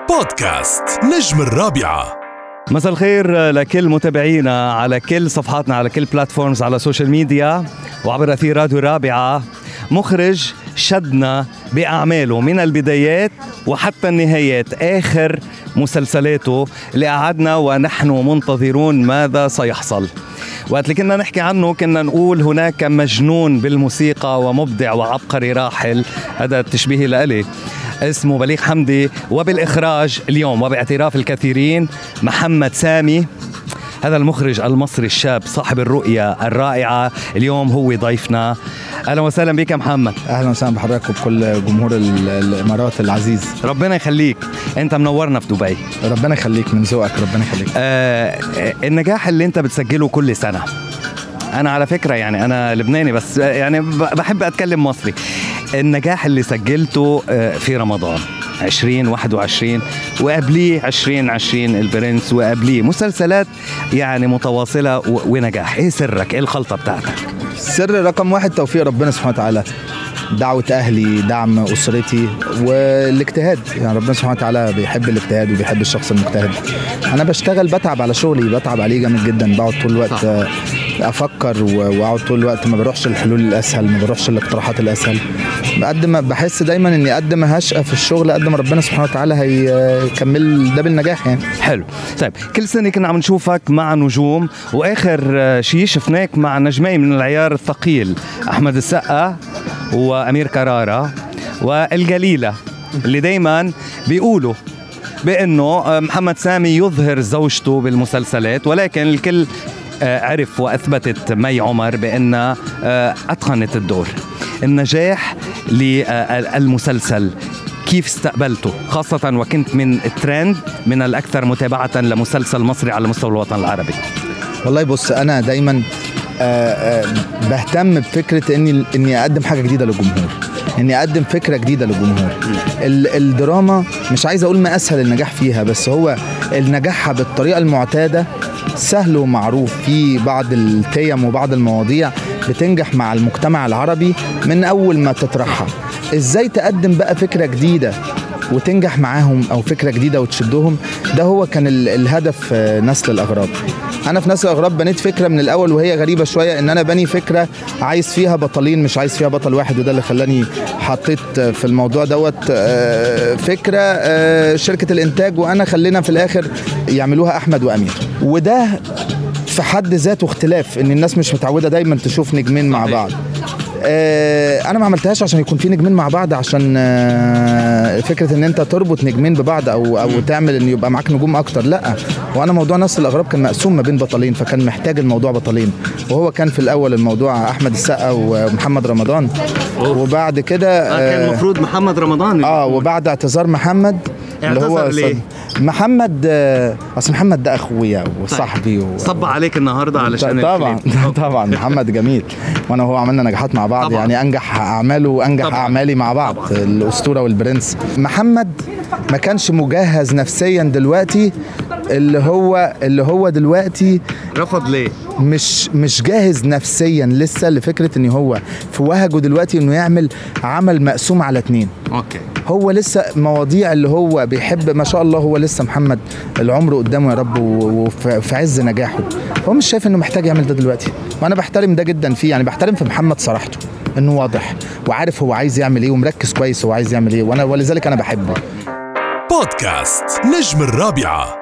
بودكاست نجم الرابعة. مساء الخير لكل متابعينا على كل صفحاتنا، على كل بلاتفورمز، على السوشيال ميديا وعبر أثير راديو الرابعة. مخرج شدنا بأعماله من البدايات وحتى النهايات، آخر مسلسلاته اللي قعدنا ونحن منتظرون ماذا سيحصل. وقت اللي كنا نحكي عنه كنا نقول هناك مجنون بالموسيقى ومبدع وعبقري راحل، هذا التشبيه لإلي، اسمه بليغ حمدي. وبالإخراج اليوم وباعتراف الكثيرين محمد سامي، هذا المخرج المصري الشاب صاحب الرؤية الرائعة، اليوم هو ضيفنا. أهلا وسهلا بك محمد. أهلا وسهلا بحضرتك وبكل جمهور الإمارات العزيز. ربنا يخليك، أنت منورنا في دبي. ربنا يخليك، من ذوقك، ربنا يخليك. النجاح اللي أنت بتسجله كل سنة، أنا على فكرة يعني أنا لبناني بس يعني بحب أتكلم مصري. النجاح اللي سجلته في رمضان 2021 وقبليه 2020 البرنس، وقبليه مسلسلات يعني متواصلة ونجاح، ايه سرك؟ ايه الخلطة بتاعتك؟ سر رقم واحد توفيق ربنا سبحانه وتعالى، دعوة أهلي، دعم أسرتي، والاجتهاد. يعني ربنا سبحانه وتعالى بيحب الاجتهاد وبيحب الشخص المجتهد. أنا بشتغل، بتعب على شغلي، بتعب عليه جامد جدا، بقعد طول الوقت أفكر وأقعد طول الوقت، ما بروحش الحلول الأسهل، ما بروحش الاقتراحات الأسهل. بحس دايما إني قد ما هشقى في الشغل قد ما ربنا سبحانه وتعالى هيكمل ده بالنجاح يعني. حلو. طيب كل سنة كنا عم نشوفك مع نجوم، وآخر شيء شفناك مع نجمين من العيار الثقيل، أحمد السقا وأمير كرارة والجليلة، اللي دايما بيقولوا بأنه محمد سامي يظهر زوجته بالمسلسلات، ولكن الكل عرف وأثبتت مي عمر بأنها أتقنت الدور. النجاح للمسلسل كيف استقبلته، خاصة وكنت من الترند من الأكثر متابعة لمسلسل مصري على مستوى الوطن العربي؟ والله بص، أنا دايما بهتم بفكرة إني أقدم حاجة جديدة للجمهور، إني أقدم فكرة جديدة للجمهور. الدراما مش عايز أقول ما أسهل النجاح فيها، بس هو النجاحها بالطريقة المعتادة سهل ومعروف. في بعض التيم وبعض المواضيع بتنجح مع المجتمع العربي من أول ما تطرحها. إزاي تقدم بقى فكرة جديدة وتنجح معاهم، أو فكرة جديدة وتشدهم؟ ده هو كان الهدف نسل الأغراب. أنا في نسل الأغراب بنيت فكرة من الأول وهي غريبة شوية، إن أنا بني فكرة عايز فيها بطلين، مش عايز فيها بطل واحد، وده اللي خلاني حطيت في الموضوع دوت فكرة شركة الإنتاج، وأنا خلينا في الآخر يعملوها أحمد وأمير. وده في حد ذاته اختلاف، إن الناس مش متعودة دايما تشوف نجمين مع بعض. انا ما عملتهاش عشان يكون في نجمين مع بعض، عشان فكره ان انت تربط نجمين ببعض او تعمل ان يبقى معاك نجوم اكتر، لا. وانا موضوع نسل الاغراب كان مقسوم ما بين بطلين، فكان محتاج الموضوع بطلين، وهو كان في الاول الموضوع احمد السقا ومحمد رمضان. وبعد كده كان المفروض محمد رمضان وبعد اعتذار محمد اللي هو محمد، اصل محمد ده اخويا وصاحبي صب عليك النهارده علشان طبعا محمد جميل، وانا وهو عملنا نجاحات مع بعض طبعًا. يعني انجح اعماله وانجح اعمالي مع بعض طبعًا. الاسطوره والبرنس. محمد ما كانش مجهز نفسيا دلوقتي، اللي هو دلوقتي رفض ليه؟ مش جاهز نفسيا لسه لفكره ان هو في وهجه دلوقتي انه يعمل عمل مقسوم على 2. اوكي. هو لسه مواضيع اللي هو بيحب، ما شاء الله، هو لسه محمد العمر قدامه يا رب وفي عز نجاحه، هو مش شايف انه محتاج يعمل ده دلوقتي. وانا بحترم ده جدا فيه، يعني بحترم في محمد صراحته، انه واضح وعارف هو عايز يعمل ايه ومركز كويس هو عايز يعمل ايه، ولذلك انا بحبه. بودكاست نجم الرابعة.